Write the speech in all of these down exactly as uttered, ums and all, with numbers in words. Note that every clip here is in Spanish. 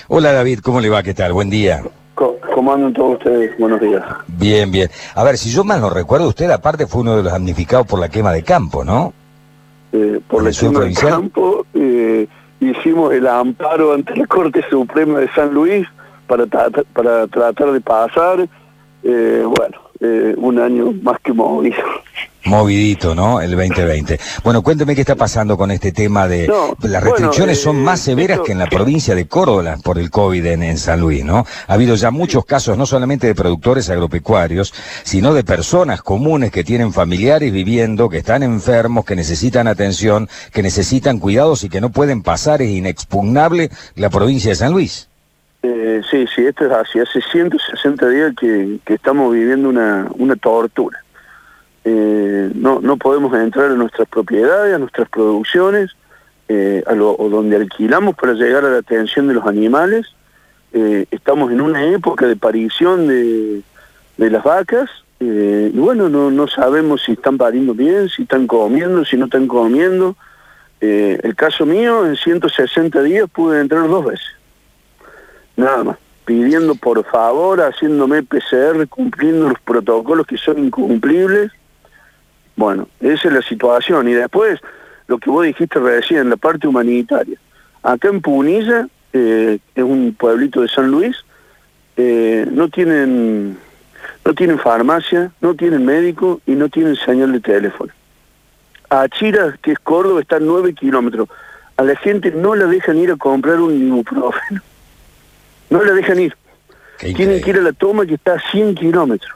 Hola David, ¿cómo le va? ¿Qué tal? Buen día. ¿Cómo andan todos ustedes? Buenos días. Bien, bien. A ver, si yo mal no recuerdo, usted aparte fue uno de los damnificados por la quema de campo, ¿no? Eh, por la quema de campo, eh, hicimos el amparo ante la Corte Suprema de San Luis para, tra para tratar de pasar, eh, bueno, eh, un año más que movido. Movidito, ¿no? El veinte veinte. Bueno, cuénteme qué está pasando con este tema de... No, las restricciones bueno, eh, son más severas esto... que en la provincia de Córdoba por el COVID en, en San Luis, ¿no? Ha habido ya muchos casos, no solamente de productores agropecuarios, sino de personas comunes que tienen familiares viviendo, que están enfermos, que necesitan atención, que necesitan cuidados y que no pueden pasar. Es inexpugnable la provincia de San Luis. Eh, sí, sí, esto es así. Hace ciento sesenta días que, que estamos viviendo una, una tortura. Eh, no, no podemos entrar a nuestras propiedades, a nuestras producciones, eh, a lo, o donde alquilamos para llegar a la atención de los animales. Eh, estamos en una época de parición de, de las vacas, eh, y bueno, no, no sabemos si están pariendo bien, si están comiendo, si no están comiendo. Eh, el caso mío, en ciento sesenta días pude entrar dos veces, nada más, pidiendo por favor, haciéndome P C R, cumpliendo los protocolos que son incumplibles. Bueno, esa es la situación. Y después, lo que vos dijiste recién, la parte humanitaria. Acá en Punilla, eh, es un pueblito de San Luis, eh, no tienen no tienen farmacia, no tienen médico y no tienen señal de teléfono. Achira, que es Córdoba, está a nueve kilómetros. A la gente no la dejan ir a comprar un ibuprofeno. No la dejan ir. Tienen que ir a la toma que está a cien kilómetros.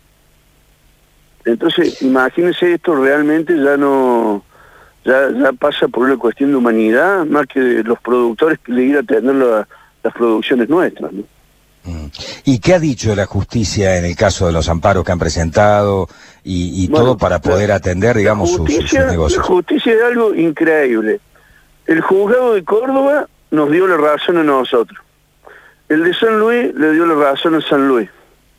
Entonces, imagínense, esto realmente ya no, ya, ya pasa por una cuestión de humanidad, más que de los productores que le ir a atender la, las producciones nuestras, ¿no? ¿Y qué ha dicho la justicia en el caso de los amparos que han presentado y, y bueno, todo para poder atender, digamos, sus, sus negocios? La justicia es algo increíble. El juzgado de Córdoba nos dio la razón a nosotros. El de San Luis le dio la razón a San Luis.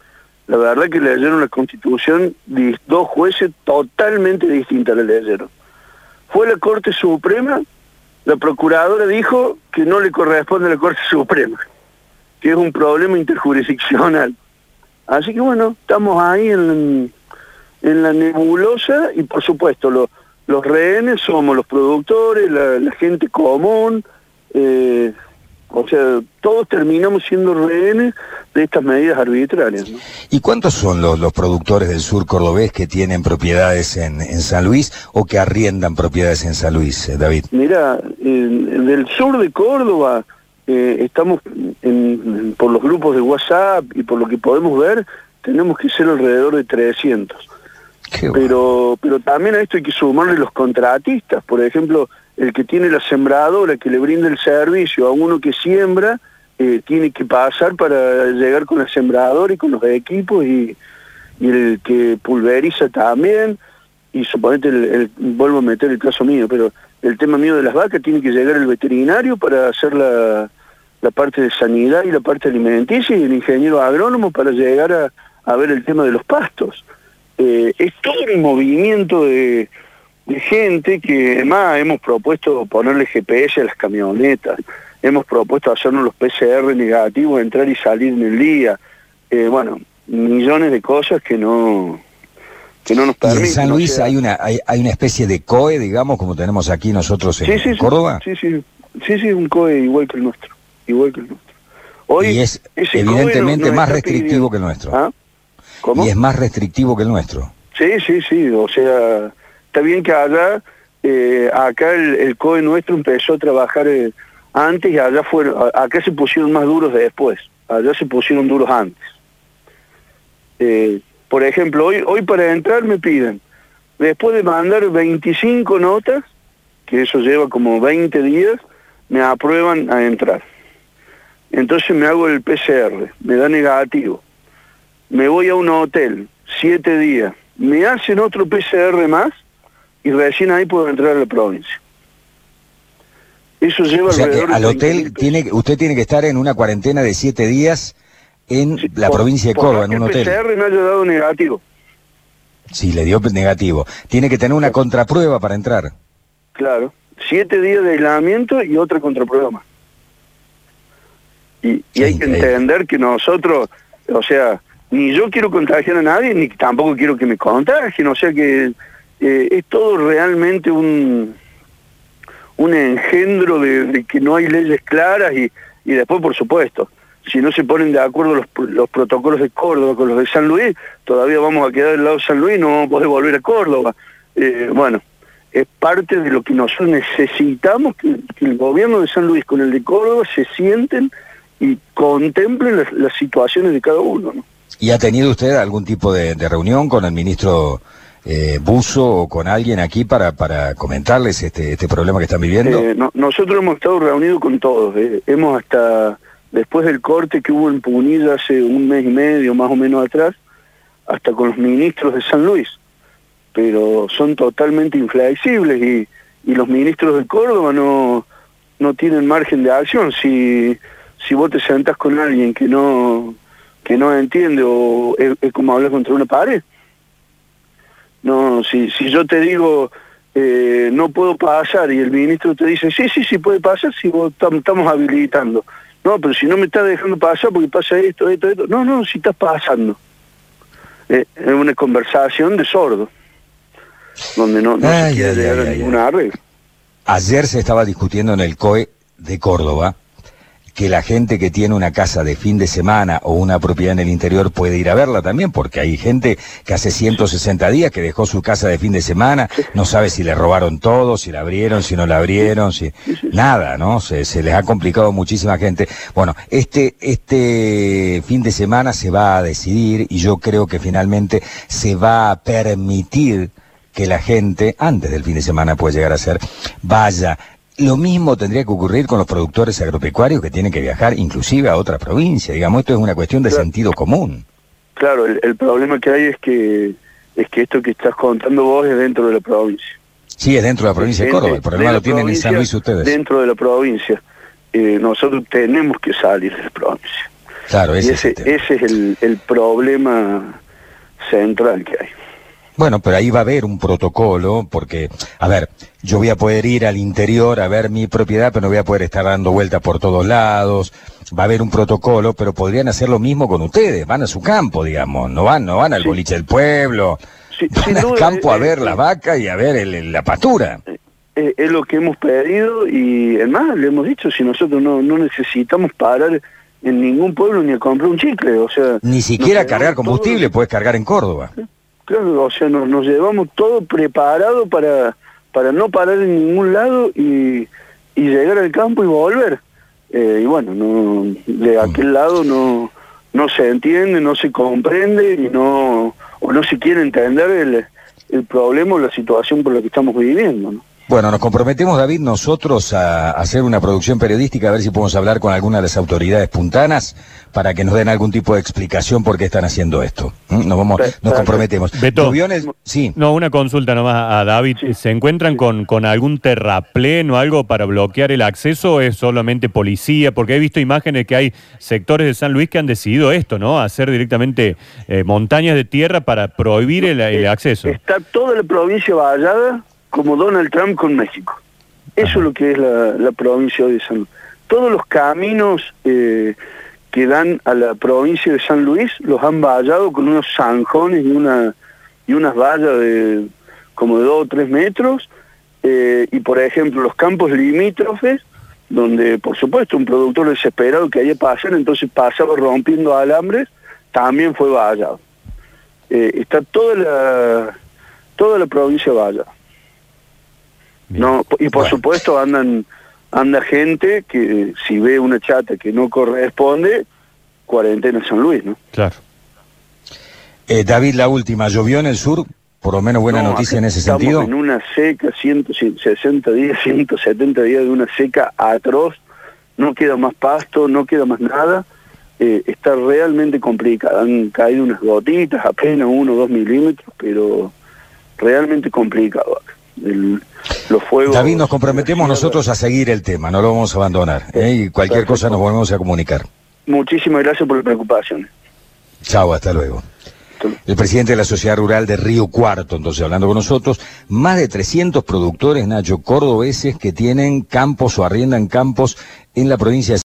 La verdad que leyeron la Constitución, dos jueces totalmente distintas la leyeron. Fue la Corte Suprema, la Procuradora dijo que no le corresponde a la Corte Suprema, que es un problema interjurisdiccional. Así que bueno, estamos ahí en, en la nebulosa y por supuesto lo, los rehenes somos los productores, la, la gente común, eh, o sea, todos terminamos siendo rehenes de estas medidas arbitrarias, ¿no? ¿Y cuántos son los, los productores del sur cordobés que tienen propiedades en, en San Luis o que arriendan propiedades en San Luis, eh, David? Mira, en del sur de Córdoba eh, estamos en, en, por los grupos de WhatsApp y por lo que podemos ver, tenemos que ser alrededor de trescientos. Qué bueno. Pero, pero también a esto hay que sumarle los contratistas, por ejemplo, el que tiene la sembradora, que le brinda el servicio a uno que siembra, eh, tiene que pasar para llegar con la sembradora y con los equipos, y, y el que pulveriza también, y suponete, el, el, vuelvo a meter el caso mío, pero el tema mío de las vacas, tiene que llegar el veterinario para hacer la, la parte de sanidad y la parte alimenticia, y el ingeniero agrónomo para llegar a, a ver el tema de los pastos. Eh, es todo un movimiento de... de gente que, además, hemos propuesto ponerle G P S a las camionetas, hemos propuesto hacernos los P C R negativos, entrar y salir en el día, eh, bueno, millones de cosas que no que no nos permiten. ¿Y en San Luis o sea, hay una hay, hay una especie de C O E, digamos, como tenemos aquí nosotros en, sí, sí, en Córdoba? Sí, sí, sí, sí, un C O E igual que el nuestro, igual que el nuestro. Hoy, y es evidentemente no, no más restrictivo pidiendo. que el nuestro. ¿Ah? ¿Cómo? Y es más restrictivo que el nuestro. Sí, sí, sí, o sea... Está bien que allá, eh, acá el, el C O E nuestro empezó a trabajar eh, antes y allá fueron, acá se pusieron más duros después, allá se pusieron duros antes. Eh, por ejemplo, hoy, hoy para entrar me piden, después de mandar veinticinco notas, que eso lleva como veinte días, me aprueban a entrar. Entonces me hago el P C R, me da negativo. Me voy a un hotel, siete días, me hacen otro P C R más, y recién ahí puedo entrar a la provincia. Eso lleva o sea alrededor que al de hotel tiene usted tiene que estar en una cuarentena de siete días en sí, la por, provincia de Córdoba, en un hotel. El P C R me haya dado negativo. Sí, le dio negativo. Tiene que tener una contraprueba para entrar. Claro, siete días de aislamiento y otra contraprueba más. Y, y hay que entender que nosotros, o sea, ni yo quiero contagiar a nadie, ni tampoco quiero que me contagien, o sea que eh, es todo realmente un, un engendro de, de que no hay leyes claras y, y después, por supuesto, si no se ponen de acuerdo los, los protocolos de Córdoba con los de San Luis, todavía vamos a quedar del lado de San Luis y no vamos a poder volver a Córdoba. Eh, bueno, es parte de lo que nosotros necesitamos, que, que el gobierno de San Luis con el de Córdoba se sienten y contemplen las, las situaciones de cada uno, ¿no? ¿Y ha tenido usted algún tipo de, de reunión con el ministro eh, Buzo o con alguien aquí para, para comentarles este, este problema que están viviendo? Eh, no, nosotros hemos estado reunidos con todos, eh. hemos hasta... Después del corte que hubo en Punilla hace un mes y medio, más o menos atrás, hasta con los ministros de San Luis, pero son totalmente inflexibles y, y los ministros de Córdoba no, no tienen margen de acción. Si, si vos te sentás con alguien que no, que no entiende o es, es como hablar contra una pared. No, si, si yo te digo eh, no puedo pasar y el ministro te dice sí, sí, sí puede pasar si vos tam, estamos habilitando. No, pero si no me estás dejando pasar porque pasa esto, esto, esto. No, no, si estás pasando. Eh, es una conversación de sordo, donde no, no ay, se quiere ay, llegar ay, a ay, ninguna arreglo. Ayer se estaba discutiendo en el C O E de Córdoba que la gente que tiene una casa de fin de semana o una propiedad en el interior puede ir a verla también, porque hay gente que hace ciento sesenta días que dejó su casa de fin de semana, no sabe si le robaron todo, si la abrieron, si no la abrieron, si nada, ¿no? Se, se les ha complicado muchísima gente. Bueno, este, este fin de semana se va a decidir y yo creo que finalmente se va a permitir que la gente, antes del fin de semana puede llegar a ser, vaya. Lo mismo tendría que ocurrir con los productores agropecuarios que tienen que viajar inclusive a otra provincia. Digamos, esto es una cuestión de claro. sentido común. Claro, el, el problema que hay es que es que esto que estás contando vos es dentro de la provincia. Sí, es dentro de la provincia de Córdoba. El problema lo tienen en San Luis ustedes. Dentro de la provincia. Eh, nosotros tenemos que salir de la provincia. Claro, ese, y ese, es, el ese es el, el problema central que hay. Bueno, pero ahí va a haber un protocolo, porque, a ver, yo voy a poder ir al interior a ver mi propiedad, pero no voy a poder estar dando vueltas por todos lados. Va a haber un protocolo, pero podrían hacer lo mismo con ustedes. Van a su campo, digamos, no van no van al sí. boliche del pueblo, sí, van al duda, campo eh, a ver eh, las vacas y a ver el, el, la pastura. Eh, es lo que hemos pedido y, además, le hemos dicho, si nosotros no, no necesitamos parar en ningún pueblo ni a comprar un chicle, o sea... Ni siquiera cargar combustible, todo... puedes cargar en Córdoba. ¿Sí? Claro, o sea, nos, nos llevamos todo preparado para, para no parar en ningún lado y, y llegar al campo y volver. Eh, y bueno, no, de aquel lado no, no se entiende, no se comprende y no, o no se quiere entender el, el problema o la situación por la que estamos viviendo, ¿no? Bueno, nos comprometemos, David, nosotros a hacer una producción periodística, a ver si podemos hablar con alguna de las autoridades puntanas para que nos den algún tipo de explicación por qué están haciendo esto. ¿Mm? Nos vamos, nos comprometemos. Beto, Lluviones, sí. No, una consulta nomás a David. Sí. ¿Se encuentran sí. con, con algún terraplén o algo para bloquear el acceso o es solamente policía? Porque he visto imágenes que hay sectores de San Luis que han decidido esto, ¿no? Hacer directamente eh, montañas de tierra para prohibir el, el acceso. Está toda la provincia vallada como Donald Trump con México. Eso Ajá. es lo que es la, la provincia de San Luis. Todos los caminos eh, que dan a la provincia de San Luis los han vallado con unos zanjones y una y unas vallas de como de dos o tres metros, eh, y por ejemplo los campos limítrofes, donde por supuesto un productor desesperado que quería pasar, entonces pasaba rompiendo alambres, también fue vallado. Eh, está toda la, toda la provincia vallada. No, y por bueno. supuesto andan anda gente que si ve una chata que no corresponde, cuarentena San Luis, ¿no? Claro. Eh, David, la última, ¿llovió en el sur? Por lo menos buena no, noticia en ese sentido. Estamos en una seca, ciento sesenta días, ciento setenta días de una seca atroz, no queda más pasto, no queda más nada, eh, está realmente complicada, han caído unas gotitas, apenas uno o dos milímetros, pero realmente complicado acá. El, los fuegos... David, nos comprometemos nosotros a seguir el tema, no lo vamos a abandonar, ¿eh? Y cualquier Perfecto. cosa nos volvemos a comunicar. Muchísimas gracias por la preocupación. Chao, hasta luego. El presidente de la Sociedad Rural de Río Cuarto, entonces hablando con nosotros, más de trescientos productores, Nacho, cordobeses que tienen campos o arriendan campos en la provincia de